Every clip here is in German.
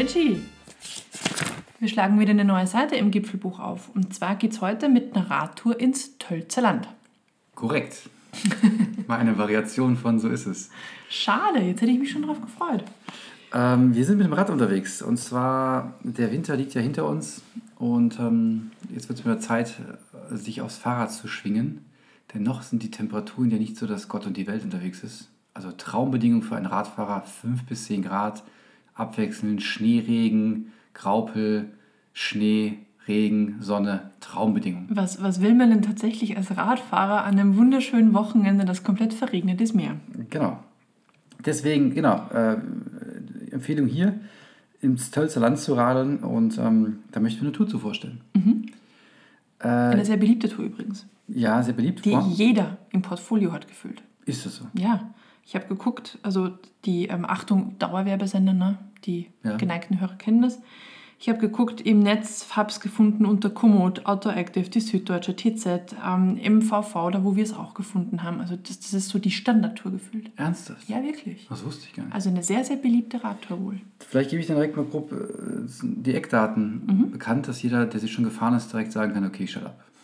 Reggie, wir schlagen wieder eine neue Seite im Gipfelbuch auf. Und zwar geht es heute mit einer Radtour ins Tölzer Land. Korrekt. Mal eine Variation von So ist es. Schade, jetzt hätte ich mich schon drauf gefreut. Wir sind mit dem Rad unterwegs. Und zwar, der Winter liegt ja hinter uns. Und jetzt wird es wieder Zeit, sich aufs Fahrrad zu schwingen. Denn noch sind die Temperaturen ja nicht so, dass Gott und die Welt unterwegs ist. Also Traumbedingungen für einen Radfahrer, 5 bis 10 Grad, abwechselnd Schneeregen, Graupel, Schnee, Regen, Sonne, Traumbedingungen. Was will man denn tatsächlich als Radfahrer an einem wunderschönen Wochenende, das komplett verregnet ist, mehr? Genau. Deswegen, Empfehlung hier, ins Tölzer Land zu radeln und da möchten wir eine Tour zu vorstellen. Eine sehr beliebte Tour übrigens. Ja, sehr beliebt. Die jeder im Portfolio hat gefühlt. Ist das so? Ja, ich habe geguckt, also die, Achtung, Dauerwerbesender, ne? Die geneigten Hörer kennen das. Ich habe geguckt im Netz, habe es gefunden unter Komoot, Autoactive, die Süddeutsche, TZ, MVV, da wo wir es auch gefunden haben. Also das ist so die Standardtour gefühlt. Ernsthaft? Ja, wirklich. Das wusste ich gar nicht. Also eine sehr, sehr beliebte Radtour wohl. Vielleicht gebe ich dann direkt mal grob die Eckdaten bekannt, dass jeder, der sich schon gefahren ist, direkt sagen kann, okay, shut up.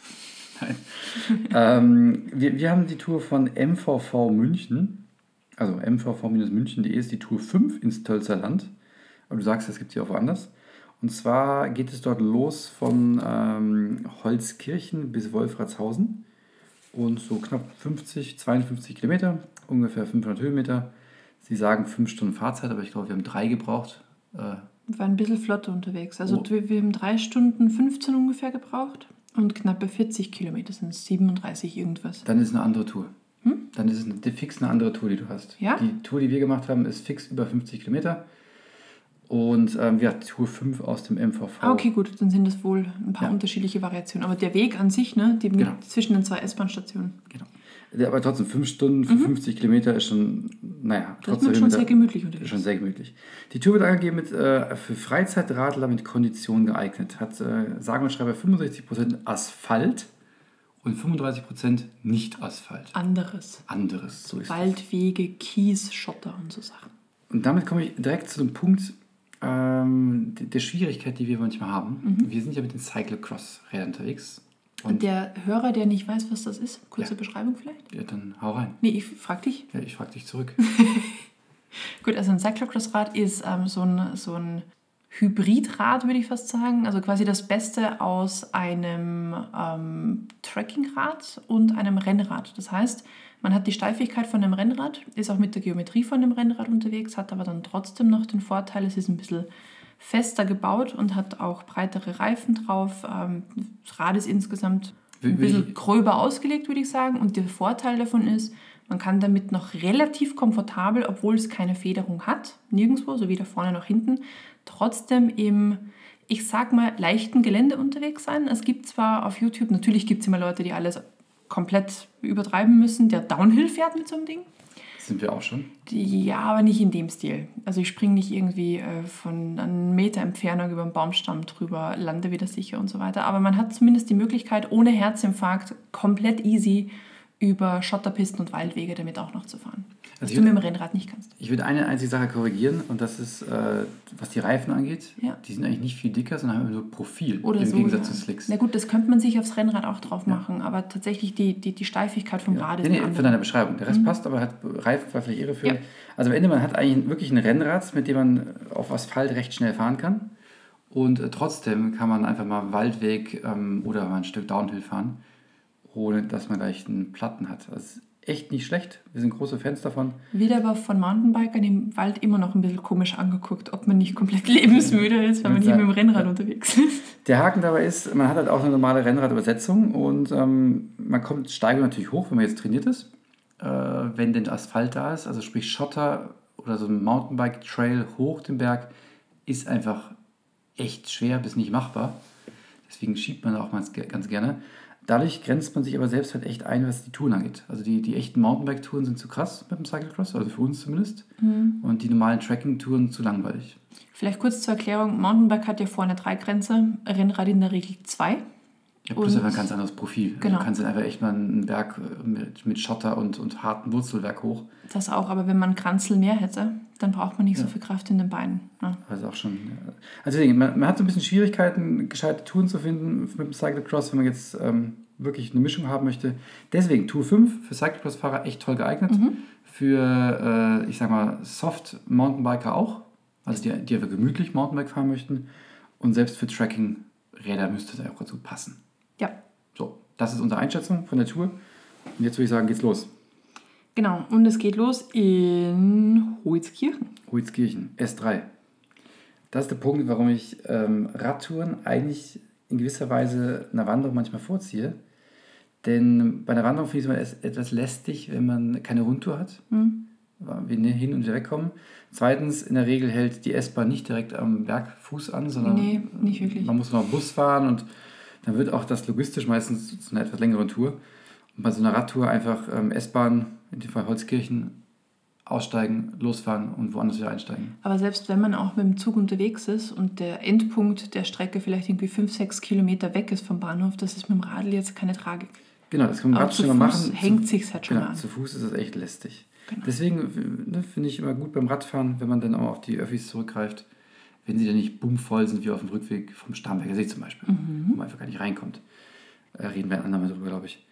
Nein. Wir haben die Tour von MVV München, also mvv-münchen.de ist die Tour 5 ins Tölzer Land. Aber du sagst, das gibt es ja auch woanders. Und zwar geht es dort los von Holzkirchen bis Wolfratshausen und so knapp 52 Kilometer, ungefähr 500 Höhenmeter. Sie sagen 5 Stunden Fahrzeit, aber ich glaube, wir haben 3 gebraucht. Wir waren ein bisschen flotter unterwegs. Also wir haben 3 Stunden 15 ungefähr gebraucht und knappe 40 Kilometer sind es, 37 irgendwas. Dann ist es eine andere Tour. Dann ist es fix eine andere Tour, die du hast. Ja? Die Tour, die wir gemacht haben, ist fix über 50 Kilometer. Und Tour 5 aus dem MVV. Ah, okay, gut, dann sind das wohl ein paar unterschiedliche Variationen. Aber der Weg an sich, ne, zwischen den 2 S-Bahn-Stationen. Genau. Aber trotzdem, 5 Stunden für 50 Kilometer ist schon, das ist schon sehr gemütlich unterwegs. Schon sehr gemütlich. Die Tour wird angegeben mit für Freizeitradler mit Kondition geeignet. Hat, sagen und schreibe, 65% Asphalt und 35% Nicht-Asphalt. Anderes. So ist Waldwege, Kies, Schotter und so Sachen. Und damit komme ich direkt zu dem Punkt der Schwierigkeit, die wir manchmal haben. Wir sind ja mit den Cyclocross-Rädern unterwegs. Und der Hörer, der nicht weiß, was das ist, kurze Beschreibung vielleicht? Ja, dann hau rein. Nee, ich frag dich. Ja, ich frag dich zurück. Gut, also ein Cyclocross-Rad ist so ein Hybridrad, würde ich fast sagen. Also quasi das Beste aus einem Trekkingrad und einem Rennrad. Das heißt, man hat die Steifigkeit von dem Rennrad, ist auch mit der Geometrie von dem Rennrad unterwegs, hat aber dann trotzdem noch den Vorteil, es ist ein bisschen fester gebaut und hat auch breitere Reifen drauf. Das Rad ist insgesamt ein bisschen gröber ausgelegt, würde ich sagen. Und der Vorteil davon ist, man kann damit noch relativ komfortabel, obwohl es keine Federung hat, nirgendwo, so weder vorne noch hinten, trotzdem im, ich sag mal, leichten Gelände unterwegs sein. Es gibt zwar auf YouTube, natürlich gibt es immer Leute, die alles komplett übertreiben müssen, der Downhill fährt mit so einem Ding. Sind wir auch schon? Ja, aber nicht in dem Stil. Also ich springe nicht irgendwie von einem Meter Entfernung über einen Baumstamm drüber, lande wieder sicher und so weiter. Aber man hat zumindest die Möglichkeit, ohne Herzinfarkt komplett easy über Schotterpisten und Waldwege damit auch noch zu fahren. Was du mit dem Rennrad nicht kannst. Ich würde eine einzige Sache korrigieren und das ist, was die Reifen angeht. Ja. Die sind eigentlich nicht viel dicker, sondern haben nur Profil oder im Gegensatz zu Slicks. Na gut, das könnte man sich aufs Rennrad auch drauf machen, aber tatsächlich die Steifigkeit vom Rad ist von deiner Beschreibung. Der Rest passt, aber Reifen war vielleicht irreführend. Ja. Also am Ende, man hat eigentlich wirklich ein Rennrad, mit dem man auf Asphalt recht schnell fahren kann und trotzdem kann man einfach mal einen Waldweg oder mal ein Stück Downhill fahren, ohne dass man gleich einen Platten hat. Also echt nicht schlecht. Wir sind große Fans davon. Wird aber von Mountainbikern im Wald immer noch ein bisschen komisch angeguckt, ob man nicht komplett lebensmüde ist, wenn man hier mit dem Rennrad unterwegs ist. Der Haken dabei ist, man hat halt auch eine normale Rennradübersetzung und man kommt Steigung natürlich hoch, wenn man jetzt trainiert ist. Wenn denn Asphalt da ist, also sprich Schotter oder so ein Mountainbike-Trail hoch den Berg, ist einfach echt schwer bis nicht machbar. Deswegen schiebt man auch mal ganz gerne. Dadurch grenzt man sich aber selbst halt echt ein, was die Touren angeht. Also die echten Mountainbike-Touren sind zu krass mit dem Cyclocross, also für uns zumindest. Und die normalen Trekking-Touren zu langweilig. Vielleicht kurz zur Erklärung, Mountainbike hat ja vorne 3 Grenze, Rennrad in der Regel 2. Ja, plus einfach ein ganz anderes Profil. Genau. Du kannst dann einfach echt mal einen Berg mit Schotter und hartem Wurzelwerk hoch. Das auch, aber wenn man einen Kranzel mehr hätte, dann braucht man nicht so viel Kraft in den Beinen. Ne? Also auch schon. Ja. Also deswegen, man hat so ein bisschen Schwierigkeiten, gescheite Touren zu finden mit dem Cyclocross, wenn man jetzt wirklich eine Mischung haben möchte. Deswegen Tour 5 für Cyclocross-Fahrer echt toll geeignet. Für, ich sag mal, Soft-Mountainbiker auch. Also die einfach gemütlich Mountainbike fahren möchten. Und selbst für Trekking-Räder müsste das auch dazu passen. Ja. So, das ist unsere Einschätzung von der Tour. Und jetzt würde ich sagen, geht's los. Genau, und es geht los in Holzkirchen. Holzkirchen, S3. Das ist der Punkt, warum ich Radtouren eigentlich in gewisser Weise einer Wanderung manchmal vorziehe. Denn bei einer Wanderung finde ich es immer etwas lästig, wenn man keine Rundtour hat. Wir hin und wieder wegkommen. Zweitens, in der Regel hält die S-Bahn nicht direkt am Bergfuß an, sondern nicht wirklich. Man muss noch Bus fahren und dann wird auch das logistisch meistens zu einer etwas längeren Tour. Und bei so einer Radtour einfach S-Bahn, in dem Fall Holzkirchen, aussteigen, losfahren und woanders wieder einsteigen. Aber selbst wenn man auch mit dem Zug unterwegs ist und der Endpunkt der Strecke vielleicht irgendwie 5-6 Kilometer weg ist vom Bahnhof, das ist mit dem Radl jetzt keine Tragik. Genau, das kann man Aber Rad schon mal machen. Hängt sich's halt schon genau, an. Zu Fuß ist es echt lästig. Genau. Deswegen finde ich immer gut beim Radfahren, wenn man dann auch auf die Öffis zurückgreift, wenn sie dann nicht bummvoll sind wie auf dem Rückweg vom Starnberger See zum Beispiel, wo man einfach gar nicht reinkommt. Reden wir ein andermal drüber, glaube ich.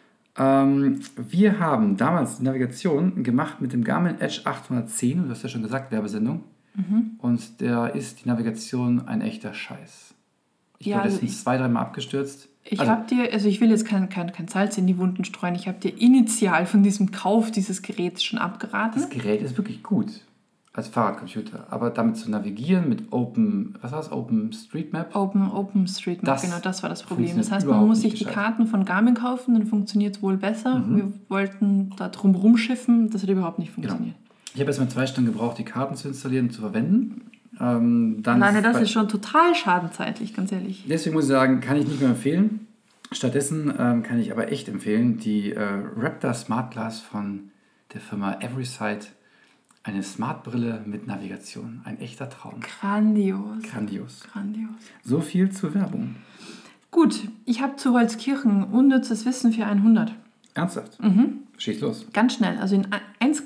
Wir haben damals die Navigation gemacht mit dem Garmin Edge 810, du hast ja schon gesagt, Werbesendung. Und da ist die Navigation ein echter Scheiß. Ich glaube, das sind 2-3 Mal abgestürzt. Ich will jetzt kein Salz in die Wunden streuen, ich habe dir initial von diesem Kauf dieses Geräts schon abgeraten. Das Gerät ist wirklich gut als Fahrradcomputer, aber damit zu navigieren mit OpenStreetMap? OpenStreetMap, genau, das war das Problem. Das heißt, man muss sich die Karten von Garmin kaufen, dann funktioniert es wohl besser. Wir wollten da drum rumschiffen, das hat überhaupt nicht funktioniert. Genau. Ich habe erstmal 2 Stunden gebraucht, die Karten zu installieren und zu verwenden. Das ist schon total schadenzeitlich, ganz ehrlich. Deswegen muss ich sagen, kann ich nicht mehr empfehlen. Stattdessen kann ich aber echt empfehlen, die Raptor Smart Glass von der Firma Everysight. Eine Smartbrille mit Navigation. Ein echter Traum. Grandios. So viel zur Werbung. Gut, ich habe zu Holzkirchen unnützes Wissen für 100. Ernsthaft? Schieß los. Ganz schnell, also in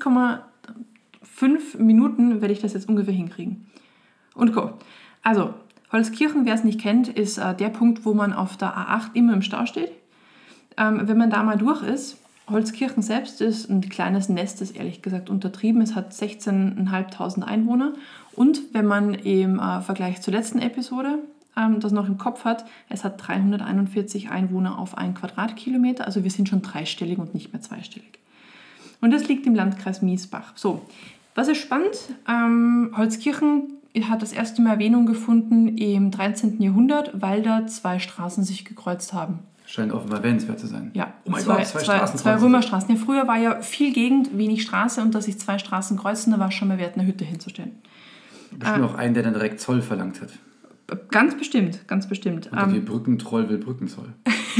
1,5 Minuten werde ich das jetzt ungefähr hinkriegen. Und go. Also, Holzkirchen, wer es nicht kennt, ist der Punkt, wo man auf der A8 immer im Stau steht. Wenn man da mal durch ist, Holzkirchen selbst ist ein kleines Nest, ist ehrlich gesagt untertrieben. Es hat 16.500 Einwohner. Und wenn man im Vergleich zur letzten Episode das noch im Kopf hat, es hat 341 Einwohner auf 1 Quadratkilometer. Also wir sind schon dreistellig und nicht mehr zweistellig. Und das liegt im Landkreis Miesbach. So, was ist spannend? Holzkirchen hat das erste Mal Erwähnung gefunden im 13. Jahrhundert, weil da 2 Straßen sich gekreuzt haben. Scheint offenbar erwähnenswert zu sein. Ja, oh mein Gott, zwei Römerstraßen. Ja, früher war ja viel Gegend, wenig Straße und dass sich 2 Straßen kreuzen, da war es schon mal wert, eine Hütte hinzustellen. Bestimmt auch einen, der dann direkt Zoll verlangt hat. Ganz bestimmt. Und der Brückentroll will Brückenzoll.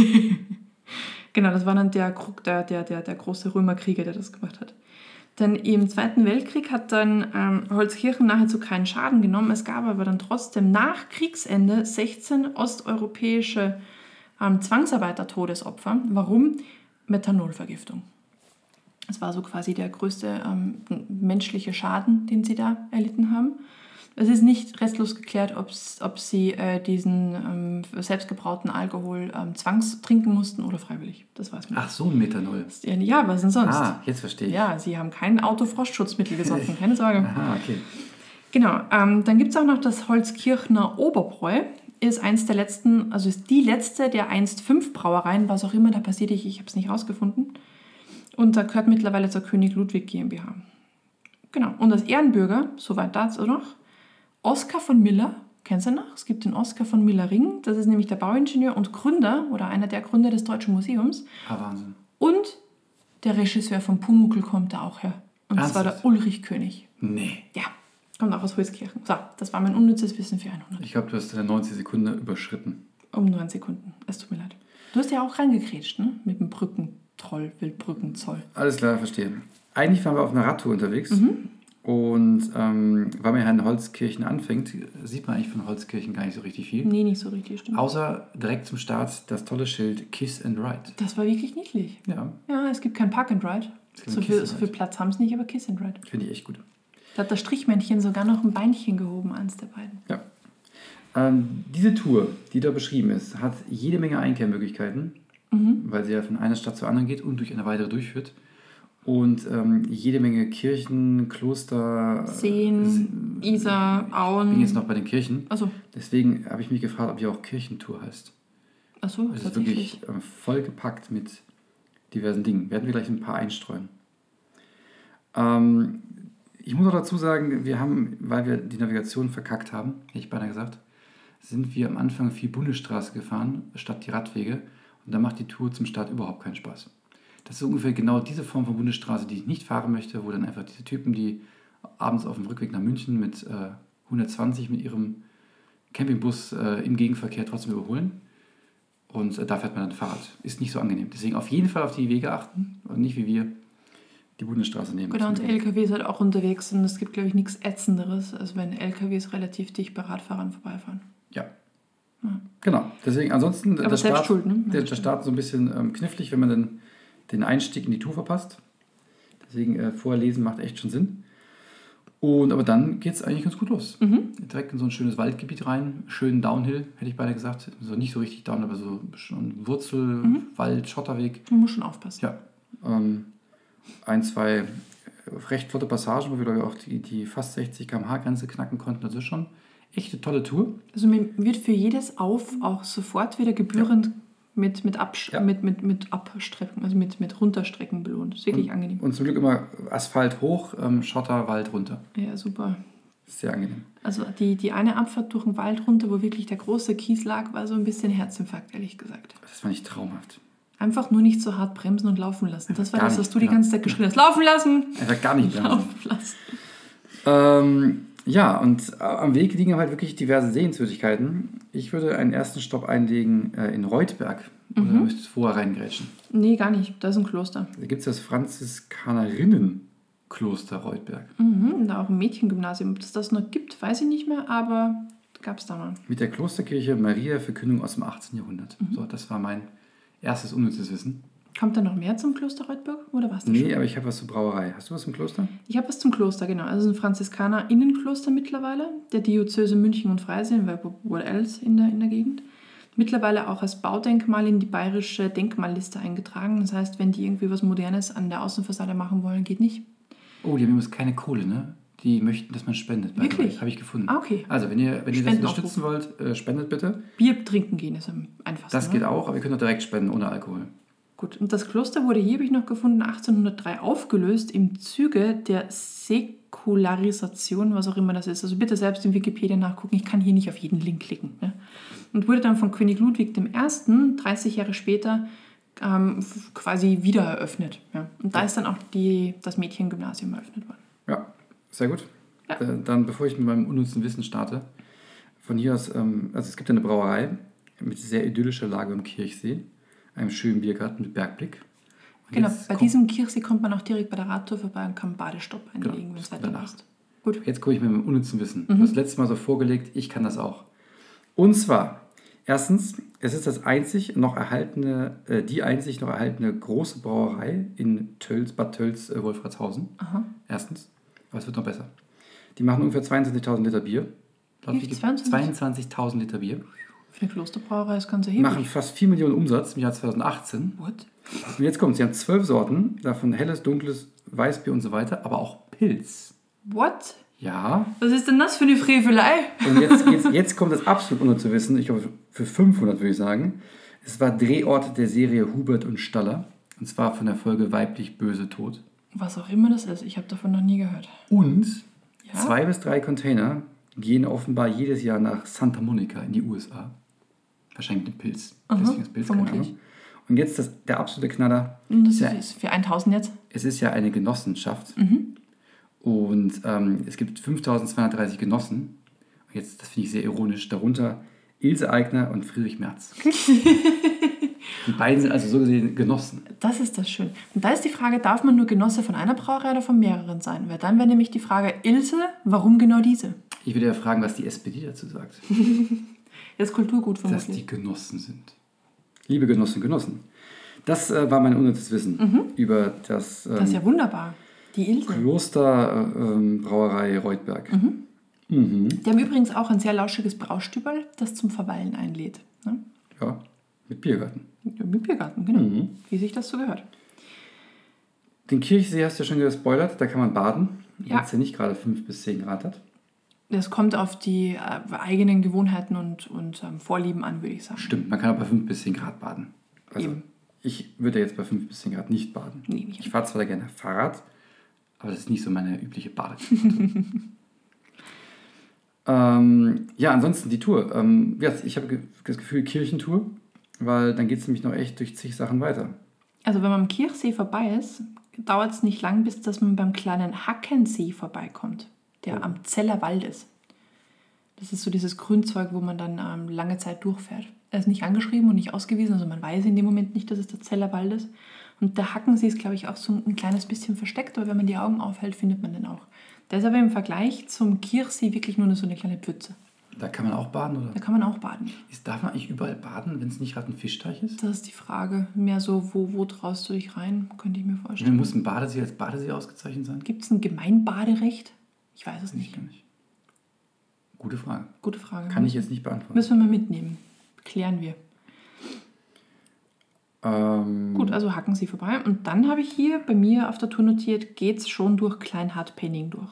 Genau, das war dann der große Römerkrieger, der das gemacht hat. Denn im Zweiten Weltkrieg hat dann Holzkirchen nahezu keinen Schaden genommen. Es gab aber dann trotzdem nach Kriegsende 16 osteuropäische Zwangsarbeiter-Todesopfer. Warum? Methanolvergiftung. Das war so quasi der größte menschliche Schaden, den sie da erlitten haben. Es ist nicht restlos geklärt, ob sie diesen selbstgebrauten Alkohol zwangstrinken mussten oder freiwillig. Das weiß man nicht. Ach so, Methanol. Ja, was denn sonst? Ah, jetzt verstehe ich. Ja, sie haben kein Autofrostschutzmittel gesoffen, keine Sorge. Aha, okay. Genau, dann gibt es auch noch das Holzkirchner Oberbräu. Ist eins der letzten, also ist die letzte der einst 5 Brauereien, was auch immer da passiert, ich habe es nicht rausgefunden. Und da gehört mittlerweile zur König Ludwig GmbH. Genau, und als Ehrenbürger, soweit dazu noch, Oskar von Miller, kennst du noch? Es gibt den Oskar von Miller-Ring, das ist nämlich der Bauingenieur und Gründer oder einer der Gründer des Deutschen Museums. Ah, Wahnsinn. Und der Regisseur von Pumuckl kommt da auch her. Und das war der Ulrich König. Nee. Ja, kommt auch aus Holzkirchen. So, das war mein unnützes Wissen für 100. Ich glaube, du hast deine 90 Sekunden überschritten. Um 9 Sekunden, es tut mir leid. Du hast ja auch reingekrätscht, ne? Mit dem Brückentroll, Wildbrückenzoll. Alles klar, verstehe. Eigentlich waren wir auf einer Radtour unterwegs. Und weil man ja in Holzkirchen anfängt, sieht man eigentlich von Holzkirchen gar nicht so richtig viel. Nee, nicht so richtig, stimmt. Außer direkt zum Start das tolle Schild Kiss and Ride. Das war wirklich niedlich. Ja. Ja, es gibt kein Park and Ride. So viel Platz haben es nicht, aber Kiss and Ride. Finde ich echt gut. Da hat das Strichmännchen sogar noch ein Beinchen gehoben, eins der beiden. Ja. Diese Tour, die da beschrieben ist, hat jede Menge Einkehrmöglichkeiten, weil sie ja von einer Stadt zur anderen geht und durch eine weitere durchführt. Und jede Menge Kirchen, Kloster, Seen, Isar, Auen. Ich bin jetzt noch bei den Kirchen. Also. Deswegen habe ich mich gefragt, ob die auch Kirchentour heißt. Achso, das ist wirklich vollgepackt mit diversen Dingen. Werden wir gleich ein paar einstreuen. Ich muss noch dazu sagen, wir haben, weil wir die Navigation verkackt haben, hätte ich beinahe gesagt, sind wir am Anfang viel Bundesstraße gefahren, statt die Radwege. Und da macht die Tour zum Start überhaupt keinen Spaß. Das ist ungefähr genau diese Form von Bundesstraße, die ich nicht fahren möchte, wo dann einfach diese Typen, die abends auf dem Rückweg nach München mit 120 mit ihrem Campingbus im Gegenverkehr trotzdem überholen. Und da fährt man dann Fahrrad. Ist nicht so angenehm. Deswegen auf jeden Fall auf die Wege achten und nicht wie wir die Bundesstraße nehmen. Genau, und LKWs halt auch unterwegs und es gibt, glaube ich, nichts Ätzenderes, als wenn LKWs relativ dicht bei Radfahrern vorbeifahren. Ja. Genau. Deswegen, ansonsten der Start, schuld, ne? Der Start so ein bisschen knifflig, wenn man dann den Einstieg in die Tour verpasst. Deswegen vorher lesen macht echt schon Sinn. Aber dann geht es eigentlich ganz gut los. Direkt in so ein schönes Waldgebiet rein, schönen Downhill, hätte ich beinahe gesagt. Also nicht so richtig Down, aber so schon Wurzel, Wald, Schotterweg. Man muss schon aufpassen. Ja. Ein, zwei recht flotte Passagen, wo wir, glaube ich, auch die fast 60 km/h Grenze knacken konnten. Das ist schon echt eine tolle Tour. Also mir wird für jedes Auf auch sofort wieder gebührend mit Abstrecken, also mit Runterstrecken belohnt. Das ist wirklich angenehm. Und zum Glück immer Asphalt hoch, Schotter, Wald runter. Ja, super. Sehr angenehm. Also die eine Abfahrt durch den Wald runter, wo wirklich der große Kies lag, war so ein bisschen Herzinfarkt, ehrlich gesagt. Das fand ich traumhaft. Einfach nur nicht so hart bremsen und laufen lassen. Das war das, was du die ganze Zeit geschrien hast. Laufen lassen! Einfach gar nicht bremsen. Laufen lassen. Ja, und am Weg liegen halt wirklich diverse Sehenswürdigkeiten. Ich würde einen ersten Stopp einlegen in Reutberg. Oder müsstest du vorher reingrätschen? Nee, gar nicht. Da ist ein Kloster. Da gibt es das Franziskanerinnenkloster Reutberg. Da auch ein Mädchengymnasium. Ob es das noch gibt, weiß ich nicht mehr, aber gab es da mal. Mit der Klosterkirche Maria Verkündung aus dem 18. Jahrhundert. So, das war mein erstes unnützes Wissen. Kommt da noch mehr zum Kloster Reutberg? Oder was? Nee, aber ich habe was zur Brauerei. Hast du was zum Kloster? Ich habe was zum Kloster, genau. Also ein Franziskaner-Innenkloster mittlerweile, der Diözese München und Freising, weil wo else in der Gegend. Mittlerweile auch als Baudenkmal in die bayerische Denkmalliste eingetragen. Das heißt, wenn die irgendwie was Modernes an der Außenfassade machen wollen, geht nicht. Oh, die haben übrigens keine Kohle, ne? Die möchten, dass man spendet. Wirklich? Habe ich gefunden. Ah, okay. Also, wenn ihr das unterstützen wollt, spendet bitte. Bier trinken gehen ist am einfachsten. Das geht auch, aber ihr könnt auch direkt spenden ohne Alkohol. Gut, und das Kloster wurde hier, habe ich noch gefunden, 1803 aufgelöst im Zuge der Säkularisation, was auch immer das ist. Also bitte selbst in Wikipedia nachgucken, ich kann hier nicht auf jeden Link klicken. Ne? Und wurde dann von König Ludwig I. 30 Jahre später quasi wieder eröffnet. Ja? Und da ist dann auch das Mädchengymnasium eröffnet worden. Ja, sehr gut. Ja. Dann, bevor ich mit meinem unnützen Wissen starte, von hier aus, also es gibt eine Brauerei mit sehr idyllischer Lage am Kirchsee, einem schönen Biergarten mit Bergblick. Und genau, bei diesem Kirchsee kommt man auch direkt bei der Radtour vorbei und kann einen Badestopp einlegen, wenn es weiter passt. Gut. Jetzt komme ich mit meinem unnützen Wissen. Du hast letztes Mal so vorgelegt, ich kann das auch. Und zwar, erstens, es ist die einzig noch erhaltene große Brauerei in Bad Tölz, Wolfratshausen. Aha. Erstens, aber es wird noch besser. Die machen ungefähr 22.000 Liter Bier. 22.000 Liter Bier. Für eine Klosterbrauerei ist ganz erheblich. Machen fast 4 Millionen Umsatz im Jahr 2018. What? Und jetzt kommt, sie haben 12 Sorten, davon helles, dunkles, Weißbier und so weiter, aber auch Pilz. What? Ja. Was ist denn das für eine Frevelei? Und jetzt kommt das absolut unnütze Wissen, ich glaube für 500 würde ich sagen. Es war Drehort der Serie Hubert und Staller. Und zwar von der Folge Weiblich Böse Tod. Was auch immer das ist, ich habe davon noch nie gehört. Und 2 bis 3 Container gehen offenbar jedes Jahr nach Santa Monica in die USA. Wahrscheinlich mit dem Pilz. Deswegen ist Pilz, vermutlich. Und jetzt der absolute Knaller. Und das ist für 1000 jetzt? Es ist ja eine Genossenschaft. Und es gibt 5230 Genossen. Und jetzt, das finde ich sehr ironisch, darunter Ilse Aigner und Friedrich Merz. Die beiden sind also so gesehen Genossen. Das ist das schön. Und da ist die Frage, darf man nur Genosse von einer Brauerei oder von mehreren sein? Weil dann wäre nämlich die Frage, Ilse, warum genau diese? Ich würde ja fragen, was die SPD dazu sagt. Das ist Kulturgut Dass vermutlich. die Genossen sind. Liebe Genossinnen und Genossen, das war mein unnützes Wissen über das, Das ist ja wunderbar. Die Ilse. Klosterbrauerei Reutberg. Die haben übrigens auch ein sehr lauschiges Braustüberl, das zum Verweilen einlädt. Ne? Ja, mit Biergarten. Ja, mit Biergarten, genau. Wie sich das so gehört. Den Kirchsee hast du ja schon gespoilert, da kann man baden, Ja. wenn es ja nicht gerade 5 bis 10 Grad hat. Das kommt auf die eigenen Gewohnheiten und Vorlieben an, würde ich sagen. Stimmt, man kann auch bei 5 bis 10 Grad baden. Also Eben. ich würde jetzt bei 5 bis 10 Grad nicht baden. Nee, nicht. Ich fahre zwar gerne Fahrrad, aber das ist nicht so meine übliche Badezeit. Ja, ansonsten die Tour. Ja, ich habe das Gefühl Kirchentour, weil dann geht es nämlich noch echt durch zig Sachen weiter. Also wenn man am Kirchsee vorbei ist, dauert es nicht lang, bis dass man beim kleinen Hackensee vorbeikommt, der am Zeller Wald ist. Das ist so dieses Grünzeug, wo man dann lange Zeit durchfährt. Er ist nicht angeschrieben und nicht ausgewiesen, also man weiß in dem Moment nicht, dass es der Zeller Wald ist. Und der Hackensee ist, glaube ich, auch so ein kleines bisschen versteckt, aber wenn man die Augen aufhält, findet man den auch. Der ist aber im Vergleich zum Kirchsee wirklich nur so eine kleine Pfütze. Da kann man auch baden, oder? Da kann man auch baden. Darf man eigentlich überall baden, wenn es nicht gerade ein Fischteich ist? Das ist die Frage. Mehr so, wo traust du dich rein, könnte ich mir vorstellen. Muss ein Badesee als Badesee ausgezeichnet sein? Gibt es ein Gemeinbaderecht? Ich weiß es nicht. Gute Frage. Gute Frage. Kann ich jetzt nicht beantworten. Müssen wir mal mitnehmen. Klären wir. Gut, also hacken Sie vorbei. Und dann habe ich hier bei mir auf der Tour notiert, geht es schon durch Kleinhartpenning durch.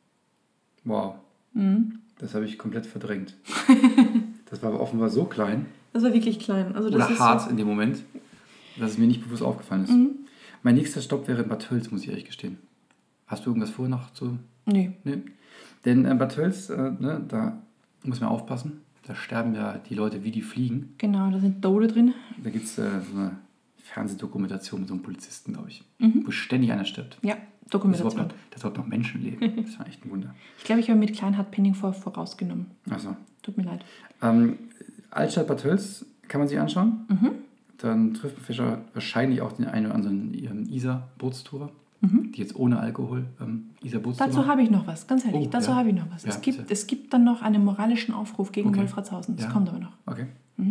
Wow. Das habe ich komplett verdrängt. Das war aber offenbar so klein. Das war wirklich klein. Also das oder ist hart so, in dem Moment, dass es mir nicht bewusst aufgefallen ist. Mein nächster Stopp wäre Bad Tölz, muss ich ehrlich gestehen. Hast du irgendwas vor noch zu... Nee. Denn Bad Tölz, da muss man aufpassen. Da sterben ja die Leute wie die Fliegen. Genau, da sind Tode drin. Da gibt es so eine Fernsehdokumentation mit so einem Polizisten, glaube ich. Wo ständig einer stirbt. Ja, Dass Dokumentation. dort noch Menschen leben. Das war echt ein Wunder. Ich glaube, ich habe mit Kleinhartpenning vorausgenommen. Achso. Tut mir leid. Altstadt Bad Tölz kann man sich anschauen. Dann trifft man wahrscheinlich auch den einen oder anderen Isar-Bootstourer, die jetzt ohne Alkohol Isar-Bootstour Dazu habe ich noch was, ganz ehrlich. Dazu habe ich noch was. Ja, es gibt dann noch einen moralischen Aufruf gegen Wolfratshausen. Das kommt aber noch. Okay.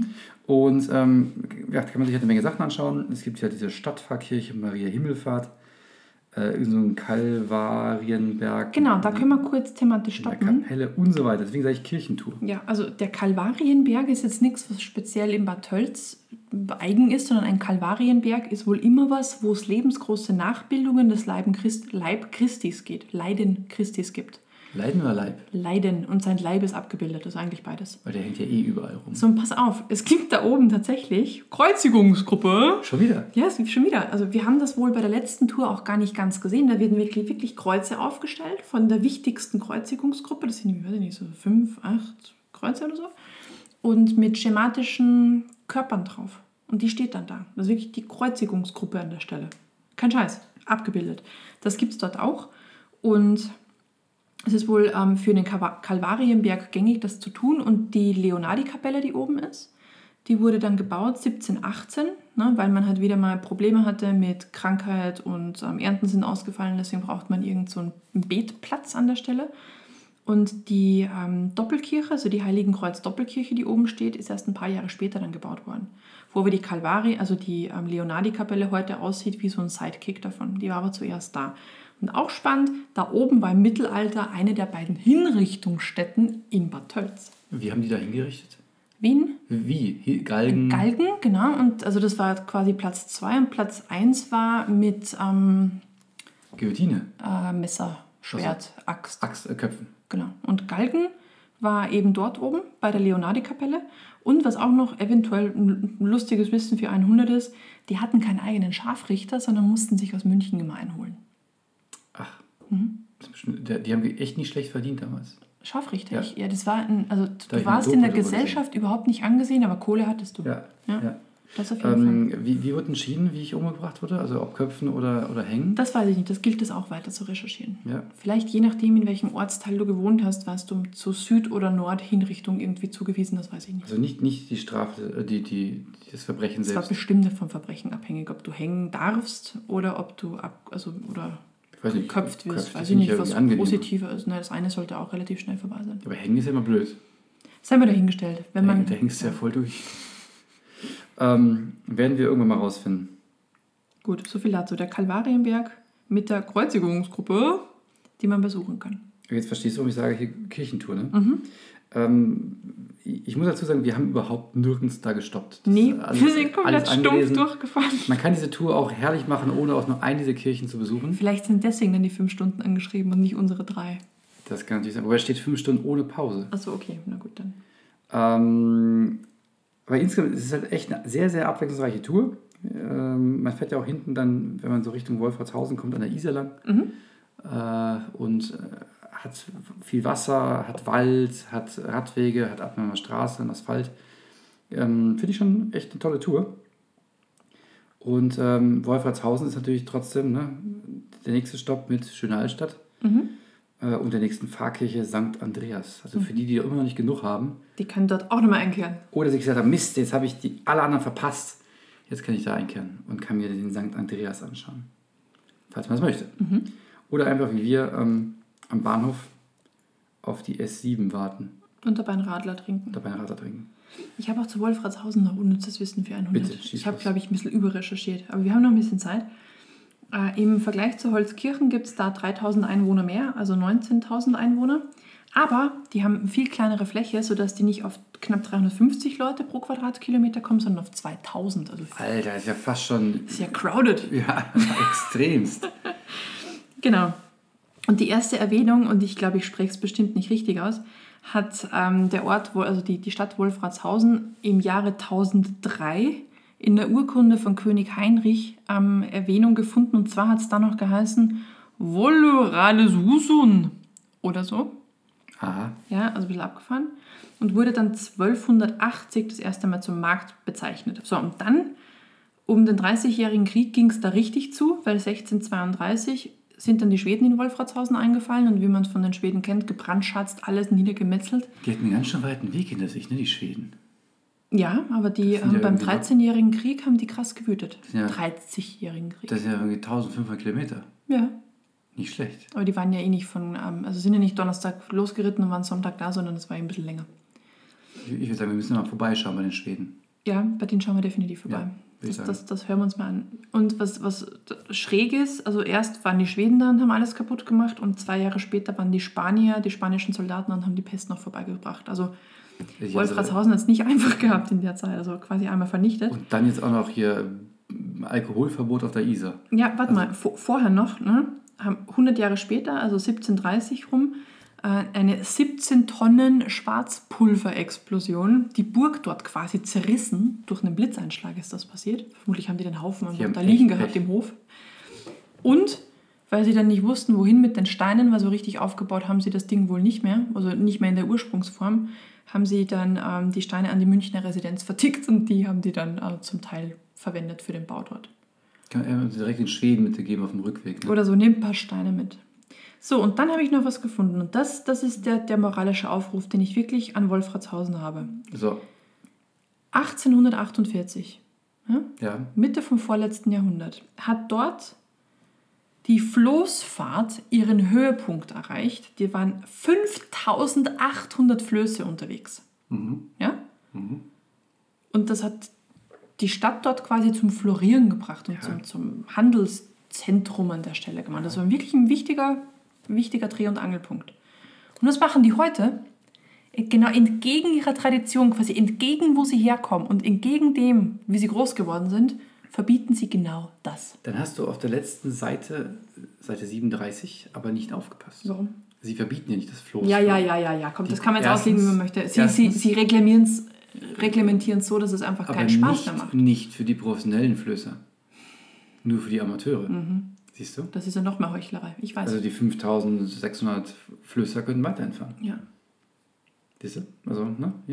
Und da kann man sich halt eine Menge Sachen anschauen. Es gibt ja diese Stadtpfarrkirche Maria Himmelfahrt, so ein Kalvarienberg. Genau, da können wir kurz thematisch in der stoppen. Kapelle und so weiter. Deswegen sage ich Kirchentour. Ja, also der Kalvarienberg ist jetzt nichts, was speziell in Bad Tölz eigen ist, sondern ein Kalvarienberg ist wohl immer was, wo es lebensgroße Nachbildungen des Leib Christis gibt. Leiden Christis gibt. Leiden oder Leib? Leiden und sein Leib ist abgebildet, das ist eigentlich beides. Weil der hängt ja eh überall rum. So, und pass auf, es gibt da oben tatsächlich Kreuzigungsgruppe. Schon wieder? Ja, es gibt schon wieder. Also wir haben das wohl bei der letzten Tour auch gar nicht ganz gesehen. Da werden wirklich Kreuze aufgestellt von der wichtigsten Kreuzigungsgruppe. Das sind, ich weiß nicht, so 5, 8 Kreuze oder so. Und mit schematischen Körpern drauf. Und die steht dann da. Das ist wirklich die Kreuzigungsgruppe an der Stelle. Kein Scheiß, abgebildet. Das gibt es dort auch. Und es ist wohl für den Kalvarienberg gängig, das zu tun. Und die Leonardi-Kapelle, die oben ist, die wurde dann gebaut 1718, ne, weil man halt wieder mal Probleme hatte mit Krankheit und Ernten sind ausgefallen. Deswegen braucht man irgend so einen Betplatz an der Stelle. Und die Doppelkirche, also die Heiligenkreuz-Doppelkirche, die oben steht, ist erst ein paar Jahre später dann gebaut worden. Wo wir die die Leonardi-Kapelle heute aussieht wie so ein Sidekick davon. Die war aber zuerst da. Und auch spannend, da oben war im Mittelalter eine der beiden Hinrichtungsstätten in Bad Tölz. Wie haben die da hingerichtet? Wien? Wie? Galgen? Galgen, genau. Und also das war quasi Platz 2 und Platz 1 war mit Guillotine? Messer, Schwert, Axt. Köpfen. Genau. Und Galgen war eben dort oben bei der Leonardi-Kapelle. Und was auch noch eventuell ein lustiges Wissen für 100 ist, die hatten keinen eigenen Scharfrichter, sondern mussten sich aus München immer einholen. Ach, die haben echt nicht schlecht verdient damals. Scharfrichter? Ja. Das war du warst in der Gesellschaft überhaupt nicht angesehen, aber Kohle hattest du. Ja. Das auf jeden Fall. Wie wird entschieden, wie ich umgebracht wurde? Also ob köpfen oder hängen? Das weiß ich nicht, das gilt es auch weiter zu recherchieren. Ja. Vielleicht je nachdem, in welchem Ortsteil du gewohnt hast, warst du zu Süd- oder Nord-Hinrichtung irgendwie zugewiesen, das weiß ich nicht. Also nicht die Strafe, das Verbrechen Das war selbst. bestimmt vom Verbrechen abhängig, ob du hängen darfst oder ob du oder Ich weiß nicht, geköpft wirst. köpft Weiß ist ich nicht, ja was irgendwie angenehmer. positiver ist. Nein, das eine sollte auch relativ schnell vorbei sein. Aber hängen ist ja immer blöd. Sei mal dahingestellt. Wenn man, Da hängst du ja voll durch. Werden wir irgendwann mal rausfinden. Gut, so viel dazu. Der Kalvarienberg mit der Kreuzigungsgruppe, die man besuchen kann. Jetzt verstehst du, warum ich sage, hier Kirchentour, ne? Ich muss dazu sagen, wir haben überhaupt nirgends da gestoppt. Nee, wir sind komplett stumpf angelesen. durchgefahren. Man kann diese Tour auch herrlich machen, ohne auch nur eine dieser Kirchen zu besuchen. Vielleicht sind deswegen dann die 5 Stunden angeschrieben und nicht unsere 3. Das kann natürlich sein. Wobei steht 5 Stunden ohne Pause. Achso, okay, na gut dann. Aber insgesamt ist es halt echt eine sehr, sehr abwechslungsreiche Tour. Man fährt ja auch hinten dann, wenn man so Richtung Wolfratshausen kommt, an der Isar lang. Und hat viel Wasser, hat Wald, hat Radwege, hat ab und an Straße und Asphalt. Finde ich schon echt eine tolle Tour. Und Wolfratshausen ist natürlich trotzdem der nächste Stopp mit Schöne Altstadt und der nächsten Pfarrkirche St. Andreas. Also für die immer noch nicht genug haben. Die können dort auch nochmal einkehren. Oder sich gesagt haben, Mist, jetzt habe ich alle anderen verpasst. Jetzt kann ich da einkehren und kann mir den St. Andreas anschauen. Falls man es möchte. Oder einfach wie wir am Bahnhof auf die S7 warten. Und dabei einen Radler trinken. Ich habe auch zu Wolfratshausen noch unnützes Wissen für 100. Bitte, schieß ich habe, los. glaube ich, ein bisschen überrecherchiert. Aber wir haben noch ein bisschen Zeit. Im Vergleich zu Holzkirchen gibt es da 3.000 Einwohner mehr, also 19.000 Einwohner. Aber die haben eine viel kleinere Fläche, sodass die nicht auf knapp 350 Leute pro Quadratkilometer kommen, sondern auf 2.000. Also Alter, ist ja fast schon... sehr crowded. Ja, extremst. Genau. Und die erste Erwähnung, und ich glaube, ich spreche es bestimmt nicht richtig aus, hat der Ort, also die Stadt Wolfratshausen im Jahre 1003 in der Urkunde von König Heinrich Erwähnung gefunden. Und zwar hat es da noch geheißen Wolleralesusun oder so. Aha. Ja, also ein bisschen abgefahren. Und wurde dann 1280 das erste Mal zum Markt bezeichnet. So, und dann, um den 30-jährigen Krieg ging es da richtig zu, weil 1632 sind dann die Schweden in Wolfratshausen eingefallen und wie man es von den Schweden kennt, gebrandschatzt, alles niedergemetzelt. Die hatten einen ganz schön weiten Weg hinter sich, ne, die Schweden. Ja, aber die Das sind haben ja beim irgendwie 13-jährigen Krieg haben die krass gewütet. Ja. 30-jährigen Krieg. Das sind ja irgendwie 1500 Kilometer. Ja, Nicht schlecht. aber die waren ja eh nicht also sind ja nicht Donnerstag losgeritten und waren Sonntag da, sondern es war ein bisschen länger. Ich würde sagen, wir müssen mal vorbeischauen bei den Schweden. Ja, bei denen schauen wir definitiv vorbei. Ja, würde ich sagen. Das hören wir uns mal an. Und was schräg ist, also erst waren die Schweden da und haben alles kaputt gemacht und 2 Jahre später waren die Spanier, die spanischen Soldaten und haben die Pest noch vorbeigebracht. Also Wolfratshausen hat es nicht einfach gehabt in der Zeit, also quasi einmal vernichtet. Und dann jetzt auch noch hier Alkoholverbot auf der Isar. Ja, warte mal, vorher noch, ne, haben 100 Jahre später, also 1730 rum, eine 17 Tonnen Schwarzpulverexplosion, die Burg dort quasi zerrissen. Durch einen Blitzeinschlag ist das passiert. Vermutlich haben die den Haufen einfach da liegen gehabt im Hof. Und weil sie dann nicht wussten, wohin mit den Steinen, weil so richtig aufgebaut haben sie das Ding wohl nicht mehr, also nicht mehr in der Ursprungsform, haben sie dann die Steine an die Münchner Residenz vertickt und die haben die dann zum Teil verwendet für den Bau dort. Kann man direkt in Schweden mitgeben auf dem Rückweg. Ne? Oder so, nehmt ein paar Steine mit. So, und dann habe ich noch was gefunden. Und das ist der moralische Aufruf, den ich wirklich an Wolfratshausen habe. So. 1848, Ja. Mitte vom vorletzten Jahrhundert, hat dort die Floßfahrt ihren Höhepunkt erreicht. Die waren 5800 Flöße unterwegs. Ja? Und das hat die Stadt dort quasi zum Florieren gebracht und zum Handelszentrum an der Stelle gemacht. Das war wirklich ein wichtiger Dreh- und Angelpunkt. Und was machen die heute? Genau entgegen ihrer Tradition, quasi entgegen, wo sie herkommen und entgegen dem, wie sie groß geworden sind, verbieten sie genau das. Dann hast du auf der letzten Seite 37, aber nicht aufgepasst. Warum? Sie verbieten ja nicht das Floß. Ja, komm, das kann man jetzt auslegen, wie man möchte. Sie reglementieren es so, dass es einfach keinen Spaß mehr macht. Nicht für die professionellen Flößer. Nur für die Amateure. Siehst du? Das ist ja noch mehr Heuchlerei. Ich weiß. Also die 5600 Flößer können weiterhin fahren. Ja. Siehst du? Also, ne? Ja.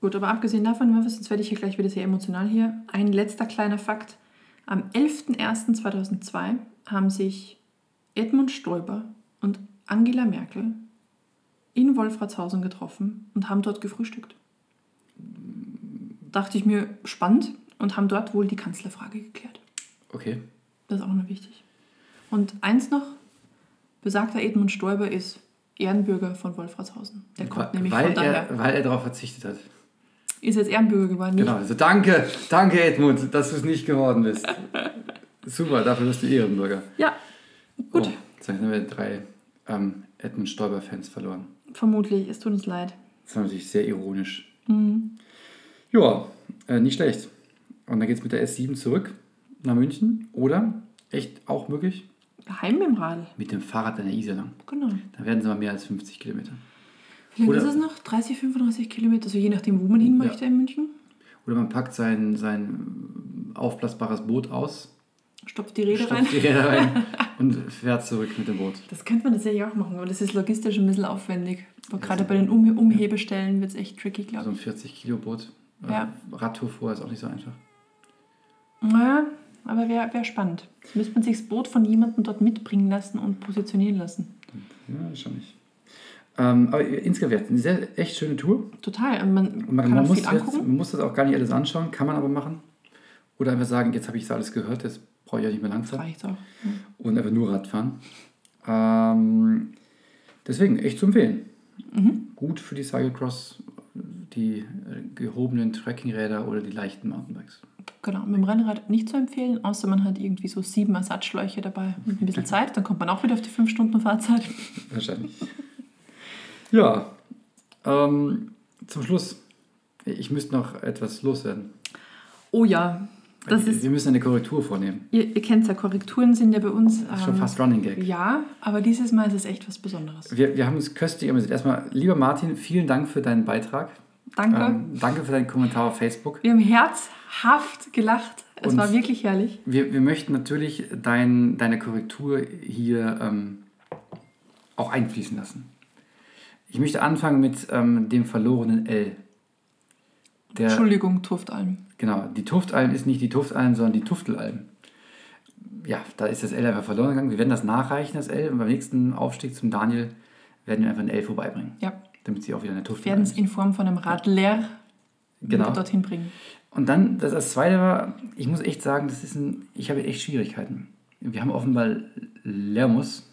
Gut, aber abgesehen davon, sonst werde ich hier gleich wieder sehr emotional hier. Ein letzter kleiner Fakt. Am 11.01.2002 haben sich Edmund Stoiber und Angela Merkel in Wolfratshausen getroffen und haben dort gefrühstückt. Dachte ich mir, spannend, und haben dort wohl die Kanzlerfrage geklärt. Okay. Das ist auch noch wichtig. Und eins noch, besagter Edmund Stoiber ist Ehrenbürger von Wolfratshausen. Der kommt nämlich von daher. Weil er darauf verzichtet hat. Ist jetzt Ehrenbürger geworden. Nicht? Genau, also danke Edmund, dass du es nicht geworden bist. Super, dafür bist du Ehrenbürger. Ja, gut. Oh, jetzt haben wir 3 Edmund Stoiber-Fans verloren. Vermutlich, es tut uns leid. Das war natürlich sehr ironisch. Ja, nicht schlecht. Und dann geht es mit der S7 zurück nach München. Oder, echt auch möglich, Heim mit dem Radl. mit dem Fahrrad an der Isar lang. Genau. Dann werden es mal mehr als 50 Kilometer. Wie lange ist es noch? 30, 35 Kilometer? Also je nachdem, wo man hin möchte in München. Oder man packt sein aufblasbares Boot aus, Stopft die Räder rein. Und fährt zurück mit dem Boot. Das könnte man tatsächlich auch machen, aber das ist logistisch ein bisschen aufwendig. Aber gerade bei den Umhebestellen wird es echt tricky, glaube ich. So ein 40-Kilo-Boot. Ja. Radtour vorher ist auch nicht so einfach. Naja, aber wäre spannend. Jetzt müsste man sich das Boot von jemandem dort mitbringen lassen und positionieren lassen. Ja, schon nicht. Aber insgesamt eine sehr, echt schöne Tour. Total. Und man kann man auch muss viel angucken. Man muss das auch gar nicht alles anschauen, kann man aber machen. Oder einfach sagen, jetzt habe ich das alles gehört, jetzt brauche ich ja nicht mehr langfahren. Reicht auch. Ja. Und einfach nur Radfahren. Deswegen, echt zu empfehlen. Gut für die Cyclocross, die gehobenen Trekkingräder oder die leichten Mountainbikes. Genau, mit dem Rennrad nicht zu empfehlen, außer man hat irgendwie so 7 Ersatzschläuche dabei und ein bisschen Zeit, dann kommt man auch wieder auf die 5 Stunden Fahrzeit. Wahrscheinlich. Ja, zum Schluss, ich müsste noch etwas loswerden. Oh ja, Wir müssen eine Korrektur vornehmen. Ihr kennt ja, Korrekturen sind ja bei uns... Schon fast Running Gag. Ja, aber dieses Mal ist es echt was Besonderes. Wir haben uns köstlich amüsiert. Erstmal, lieber Martin, vielen Dank für deinen Beitrag. Danke. Danke für deinen Kommentar auf Facebook. Wir haben herzhaft gelacht. Es war wirklich herrlich. Wir möchten natürlich deine Korrektur hier auch einfließen lassen. Ich möchte anfangen mit dem verlorenen L. Entschuldigung, Tuftalm. Genau, die Tuftalm ist nicht die Tuftalm, sondern die Tuftelalm. Ja, da ist das L einfach verloren gegangen. Wir werden das nachreichen, das L. Und beim nächsten Aufstieg zum Daniel werden wir einfach ein L vorbeibringen. Ja. Damit sie auch wieder eine Tuftelalm Wir werden es in Form von einem Radler dorthin bringen. Und dann, das Zweite war, ich muss echt sagen, ich habe echt Schwierigkeiten. Wir haben offenbar Lermus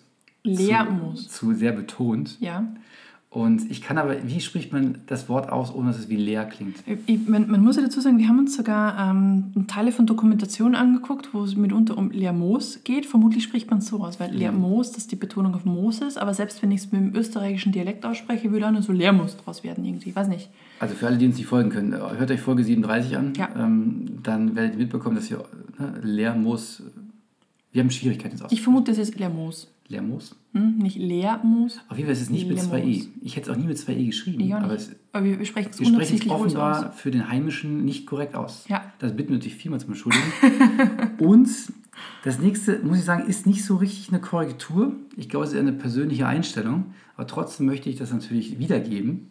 zu sehr betont. Ja. Und ich kann aber, wie spricht man das Wort aus, ohne dass es wie leer klingt? Man muss ja dazu sagen, wir haben uns sogar Teile von Dokumentationen angeguckt, wo es mitunter um Lermoos geht. Vermutlich spricht man es so aus, weil Lermoos, das die Betonung auf Moos ist. Aber selbst wenn ich es mit dem österreichischen Dialekt ausspreche, würde auch nur so Lermoos draus werden irgendwie. Weiß nicht. Also für alle, die uns nicht folgen können, hört euch Folge 37 an. Ja. Dann werdet ihr mitbekommen, dass wir Lermoos, wir haben Schwierigkeiten jetzt aus. Ich vermute, das ist Lermoos. Lermoos? Nicht Lermoos. Auf jeden Fall ist es nicht mit 2e. Ich hätte es auch nie mit 2e geschrieben. Ich auch nicht. Aber wir sprechen es unabsichtlich offenbar für den Heimischen nicht korrekt aus. Ja. Das bitten wir natürlich vielmals um Entschuldigung. Und das nächste, muss ich sagen, ist nicht so richtig eine Korrektur. Ich glaube, es ist eine persönliche Einstellung. Aber trotzdem möchte ich das natürlich wiedergeben.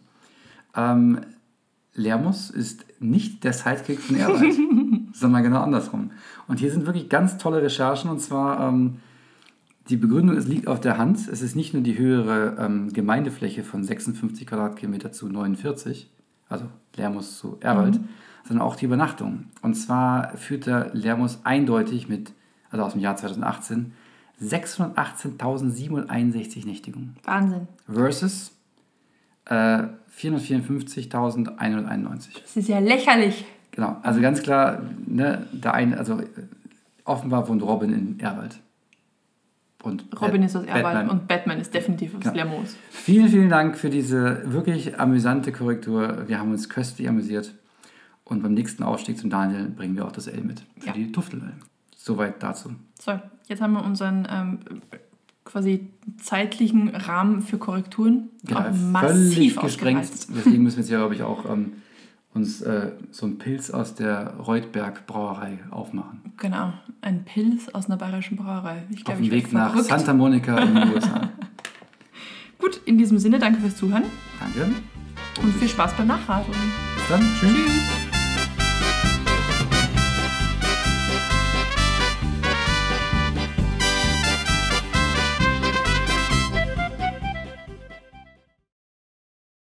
Lermoos ist nicht der Sidekick von Erwald, sondern genau andersrum. Und hier sind wirklich ganz tolle Recherchen. Und zwar... die Begründung, es liegt auf der Hand. Es ist nicht nur die höhere Gemeindefläche von 56 Quadratkilometer zu 49, also Lermoos zu Erwald, sondern auch die Übernachtung. Und zwar führt der Lermoos eindeutig also aus dem Jahr 2018, 618.761 Nächtigungen. Wahnsinn. Versus 454.191. Das ist ja lächerlich. Genau, also ganz klar, offenbar wohnt Robin in Erwald. Und Robin ist aus Erwald und Batman ist definitiv aus Lermoos. Vielen, vielen Dank für diese wirklich amüsante Korrektur. Wir haben uns köstlich amüsiert. Und beim nächsten Aufstieg zum Daniel bringen wir auch das L mit für die Tuftelalm. Soweit dazu. So, jetzt haben wir unseren quasi zeitlichen Rahmen für Korrekturen auch massiv gesprengt. Deswegen müssen wir jetzt ja, glaube ich, auch uns so einen Pilz aus der Reutberg Brauerei aufmachen. Genau, ein Pilz aus einer bayerischen Brauerei. Auf dem Weg nach Santa Monica in den USA. Gut, in diesem Sinne, danke fürs Zuhören. Danke. Und viel Spaß beim Nachradeln. dann. Tschüss. Tschüss.